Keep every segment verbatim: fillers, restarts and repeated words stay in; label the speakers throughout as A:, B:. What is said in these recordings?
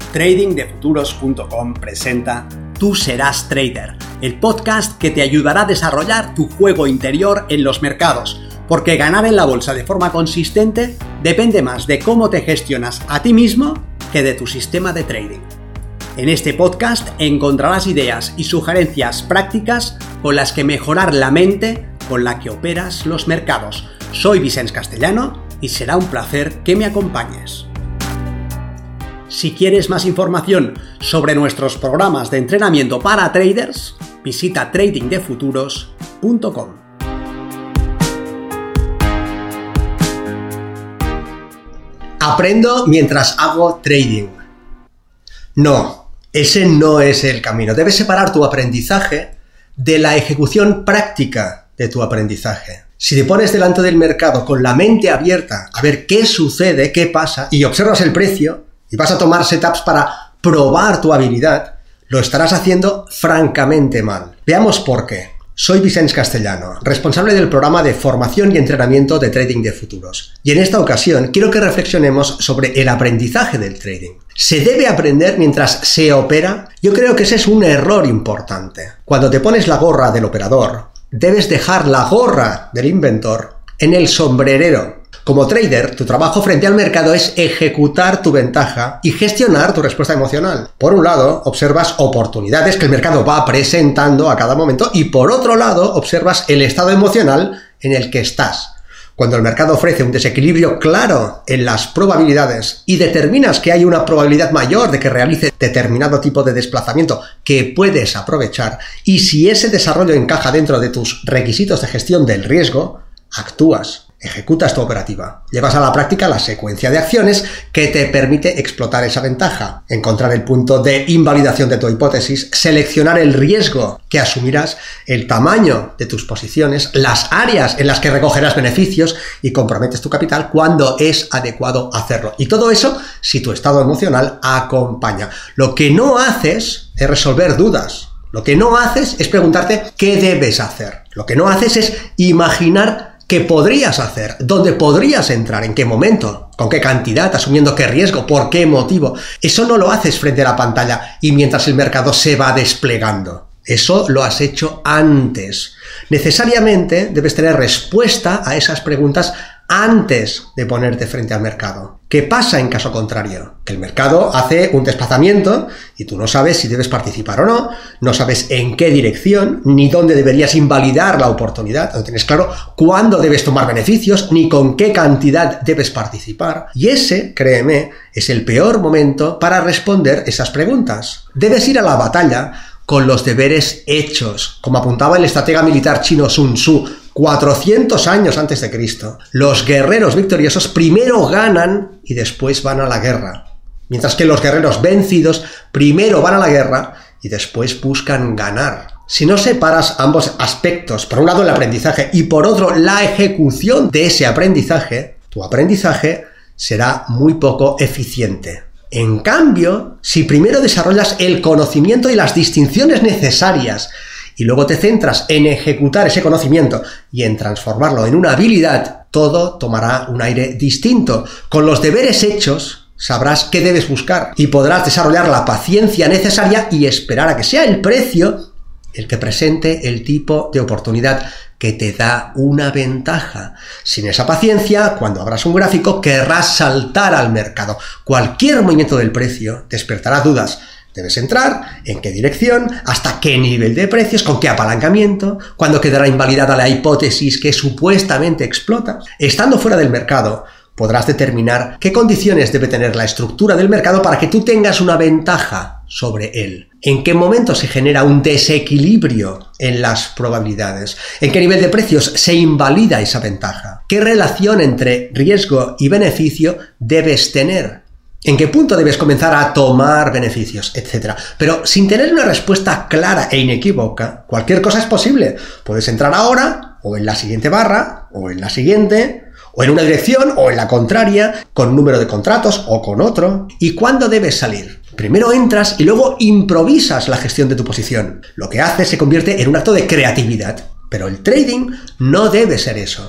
A: trading de futuros punto com presenta Tú serás trader, el podcast que te ayudará a desarrollar tu juego interior en los mercados, porque ganar en la bolsa de forma consistente depende más de cómo te gestionas a ti mismo que de tu sistema de trading. En este podcast encontrarás ideas y sugerencias prácticas con las que mejorar la mente con la que operas los mercados. Soy Vicens Castellano y será un placer que me acompañes. Si quieres más información sobre nuestros programas de entrenamiento para traders, visita trading de futuros punto com.
B: Aprendo mientras hago trading. No, ese no es el camino. Debes separar tu aprendizaje de la ejecución práctica de tu aprendizaje. Si te pones delante del mercado con la mente abierta a ver qué sucede, qué pasa, y observas el precio, y vas a tomar setups para probar tu habilidad, lo estarás haciendo francamente mal. Veamos por qué. Soy Vicens Castellano, responsable del programa de formación y entrenamiento de trading de futuros. Y en esta ocasión quiero que reflexionemos sobre el aprendizaje del trading. ¿Se debe aprender mientras se opera? Yo creo que ese es un error importante. Cuando te pones la gorra del operador, debes dejar la gorra del inventor en el sombrerero. Como trader, tu trabajo frente al mercado es ejecutar tu ventaja y gestionar tu respuesta emocional. Por un lado, observas oportunidades que el mercado va presentando a cada momento y por otro lado, observas el estado emocional en el que estás. Cuando el mercado ofrece un desequilibrio claro en las probabilidades y determinas que hay una probabilidad mayor de que realice determinado tipo de desplazamiento que puedes aprovechar, y si ese desarrollo encaja dentro de tus requisitos de gestión del riesgo, actúas. Ejecutas tu operativa. Llevas a la práctica la secuencia de acciones que te permite explotar esa ventaja, encontrar el punto de invalidación de tu hipótesis, seleccionar el riesgo que asumirás, el tamaño de tus posiciones, las áreas en las que recogerás beneficios y comprometes tu capital cuando es adecuado hacerlo. Y todo eso si tu estado emocional acompaña. Lo que no haces es resolver dudas. Lo que no haces es preguntarte qué debes hacer. Lo que no haces es imaginar ¿qué podrías hacer? ¿Dónde podrías entrar? ¿En qué momento? ¿Con qué cantidad? ¿Asumiendo qué riesgo? ¿Por qué motivo? Eso no lo haces frente a la pantalla y mientras el mercado se va desplegando. Eso lo has hecho antes. Necesariamente debes tener respuesta a esas preguntas antes de ponerte frente al mercado. ¿Qué pasa en caso contrario? Que el mercado hace un desplazamiento y tú no sabes si debes participar o no, no sabes en qué dirección, ni dónde deberías invalidar la oportunidad, no tienes claro cuándo debes tomar beneficios, ni con qué cantidad debes participar. Y ese, créeme, es el peor momento para responder esas preguntas. Debes ir a la batalla con los deberes hechos, como apuntaba el estratega militar chino Sun Tzu, cuatrocientos años antes de Cristo. Los guerreros victoriosos primero ganan y después van a la guerra, mientras que los guerreros vencidos primero van a la guerra y después buscan ganar. Si no separas ambos aspectos, por un lado el aprendizaje y por otro la ejecución de ese aprendizaje, tu aprendizaje será muy poco eficiente. En cambio, si primero desarrollas el conocimiento y las distinciones necesarias y luego te centras en ejecutar ese conocimiento y en transformarlo en una habilidad, todo tomará un aire distinto. Con los deberes hechos, sabrás qué debes buscar y podrás desarrollar la paciencia necesaria y esperar a que sea el precio el que presente el tipo de oportunidad que te da una ventaja. Sin esa paciencia, cuando abras un gráfico, querrás saltar al mercado. Cualquier movimiento del precio despertará dudas. Debes entrar, en qué dirección, hasta qué nivel de precios, con qué apalancamiento, cuándo quedará invalidada la hipótesis que supuestamente explota. Estando fuera del mercado, podrás determinar qué condiciones debe tener la estructura del mercado para que tú tengas una ventaja sobre él. ¿En qué momento se genera un desequilibrio en las probabilidades? ¿En qué nivel de precios se invalida esa ventaja? ¿Qué relación entre riesgo y beneficio debes tener? ¿En qué punto debes comenzar a tomar beneficios? Etcétera. Pero sin tener una respuesta clara e inequívoca, cualquier cosa es posible. Puedes entrar ahora, o en la siguiente barra, o en la siguiente, o en una dirección, o en la contraria, con un número de contratos, o con otro. ¿Y cuándo debes salir? Primero entras y luego improvisas la gestión de tu posición. Lo que haces se convierte en un acto de creatividad. Pero el trading no debe ser eso.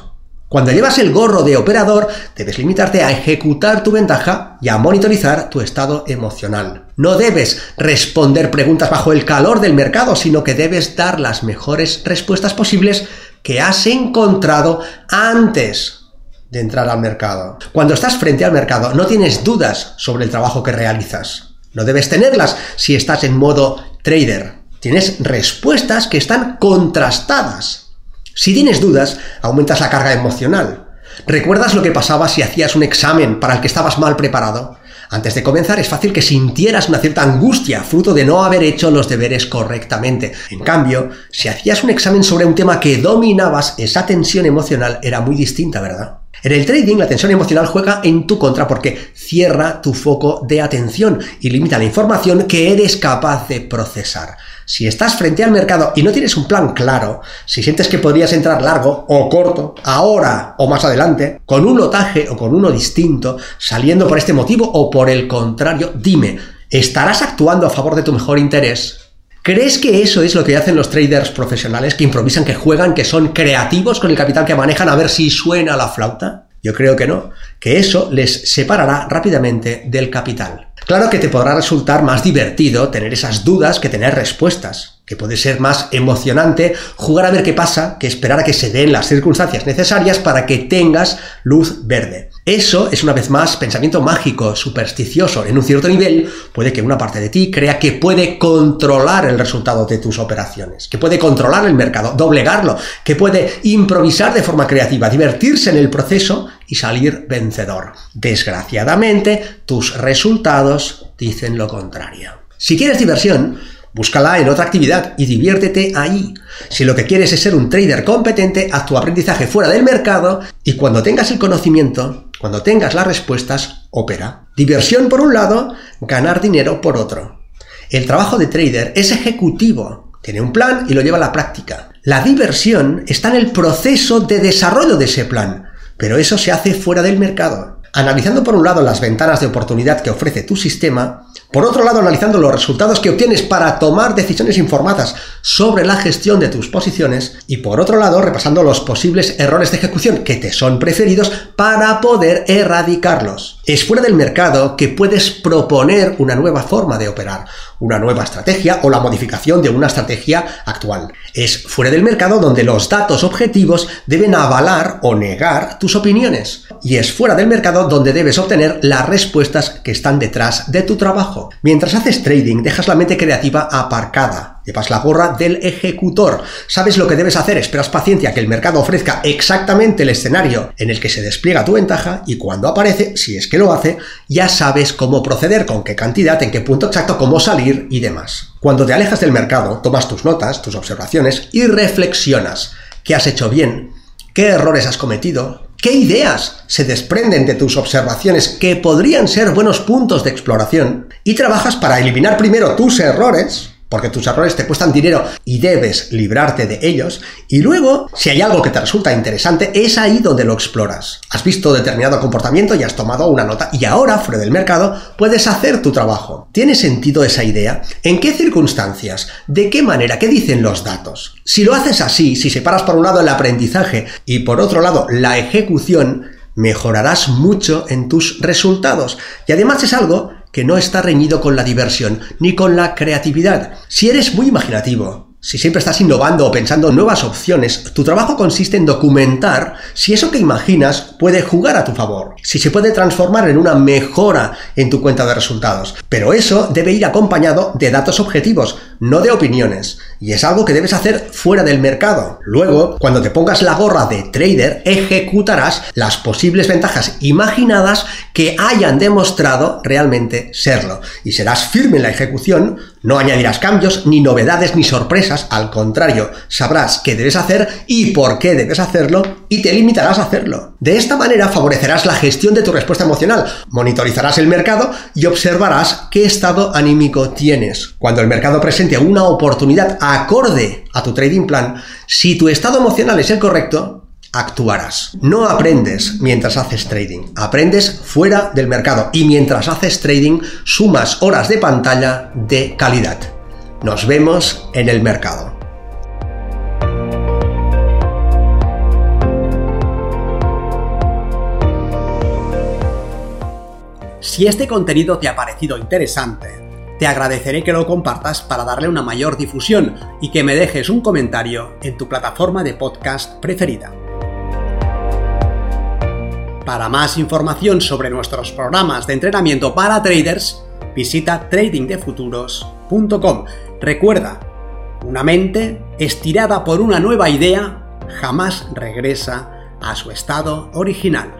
B: Cuando llevas el gorro de operador, debes limitarte a ejecutar tu ventaja y a monitorizar tu estado emocional. No debes responder preguntas bajo el calor del mercado, sino que debes dar las mejores respuestas posibles que has encontrado antes de entrar al mercado. Cuando estás frente al mercado, no tienes dudas sobre el trabajo que realizas. No debes tenerlas si estás en modo trader. Tienes respuestas que están contrastadas. Si tienes dudas, aumentas la carga emocional. ¿Recuerdas lo que pasaba si hacías un examen para el que estabas mal preparado? Antes de comenzar es fácil que sintieras una cierta angustia, fruto de no haber hecho los deberes correctamente. En cambio, si hacías un examen sobre un tema que dominabas, esa tensión emocional era muy distinta, ¿verdad? En el trading, la tensión emocional juega en tu contra porque cierra tu foco de atención y limita la información que eres capaz de procesar. Si estás frente al mercado y no tienes un plan claro, si sientes que podrías entrar largo o corto, ahora o más adelante, con un lotaje o con uno distinto, saliendo por este motivo o por el contrario, dime, ¿estarás actuando a favor de tu mejor interés? ¿Crees que eso es lo que hacen los traders profesionales, que improvisan, que juegan, que son creativos con el capital que manejan a ver si suena la flauta? Yo creo que no, que eso les separará rápidamente del capital. Claro que te podrá resultar más divertido tener esas dudas que tener respuestas, que puede ser más emocionante jugar a ver qué pasa que esperar a que se den las circunstancias necesarias para que tengas luz verde. Eso es una vez más pensamiento mágico, supersticioso. En un cierto nivel puede que una parte de ti crea que puede controlar el resultado de tus operaciones, que puede controlar el mercado, doblegarlo, que puede improvisar de forma creativa, divertirse en el proceso y salir vencedor. Desgraciadamente, tus resultados dicen lo contrario. Si quieres diversión, búscala en otra actividad y diviértete ahí. Si lo que quieres es ser un trader competente, haz tu aprendizaje fuera del mercado y cuando tengas el conocimiento, cuando tengas las respuestas, opera. Diversión por un lado, ganar dinero por otro. El trabajo de trader es ejecutivo, tiene un plan y lo lleva a la práctica. La diversión está en el proceso de desarrollo de ese plan, pero eso se hace fuera del mercado. Analizando por un lado las ventanas de oportunidad que ofrece tu sistema, por otro lado analizando los resultados que obtienes para tomar decisiones informadas sobre la gestión de tus posiciones y por otro lado repasando los posibles errores de ejecución que te son preferidos para poder erradicarlos. Es fuera del mercado que puedes proponer una nueva forma de operar, una nueva estrategia o la modificación de una estrategia actual. Es fuera del mercado donde los datos objetivos deben avalar o negar tus opiniones. Y es fuera del mercado donde debes obtener las respuestas que están detrás de tu trabajo. Mientras haces trading, dejas la mente creativa aparcada. Llevas la gorra del ejecutor. Sabes lo que debes hacer, esperas paciencia que el mercado ofrezca exactamente el escenario en el que se despliega tu ventaja y cuando aparece, si es que lo hace, ya sabes cómo proceder, con qué cantidad, en qué punto exacto, cómo salir y demás. Cuando te alejas del mercado, tomas tus notas, tus observaciones y reflexionas. ¿Qué has hecho bien? ¿Qué errores has cometido? ¿Qué ideas se desprenden de tus observaciones que podrían ser buenos puntos de exploración? Y trabajas para eliminar primero tus errores, porque tus errores te cuestan dinero y debes librarte de ellos, y luego, si hay algo que te resulta interesante, es ahí donde lo exploras. Has visto determinado comportamiento y has tomado una nota, y ahora, fuera del mercado, puedes hacer tu trabajo. ¿Tiene sentido esa idea? ¿En qué circunstancias? ¿De qué manera? ¿Qué dicen los datos? Si lo haces así, si separas por un lado el aprendizaje y por otro lado la ejecución, mejorarás mucho en tus resultados. Y además es algo que no está reñido con la diversión ni con la creatividad. Si eres muy imaginativo, si siempre estás innovando o pensando en nuevas opciones, tu trabajo consiste en documentar si eso que imaginas puede jugar a tu favor, si se puede transformar en una mejora en tu cuenta de resultados. Pero eso debe ir acompañado de datos objetivos, no de opiniones. Y es algo que debes hacer fuera del mercado. Luego, cuando te pongas la gorra de trader, ejecutarás las posibles ventajas imaginadas que hayan demostrado realmente serlo. Y serás firme en la ejecución, no añadirás cambios, ni novedades, ni sorpresas. Al contrario, sabrás qué debes hacer y por qué debes hacerlo y te limitarás a hacerlo. De esta manera favorecerás la gestión de tu respuesta emocional, monitorizarás el mercado y observarás qué estado anímico tienes. Cuando el mercado presente una oportunidad acorde a tu trading plan, si tu estado emocional es el correcto, actuarás. No aprendes mientras haces trading, aprendes fuera del mercado y mientras haces trading sumas horas de pantalla de calidad. Nos vemos en el mercado.
A: Si este contenido te ha parecido interesante, te agradeceré que lo compartas para darle una mayor difusión y que me dejes un comentario en tu plataforma de podcast preferida. Para más información sobre nuestros programas de entrenamiento para traders, visita trading de futuros punto com. Recuerda, una mente estirada por una nueva idea jamás regresa a su estado original.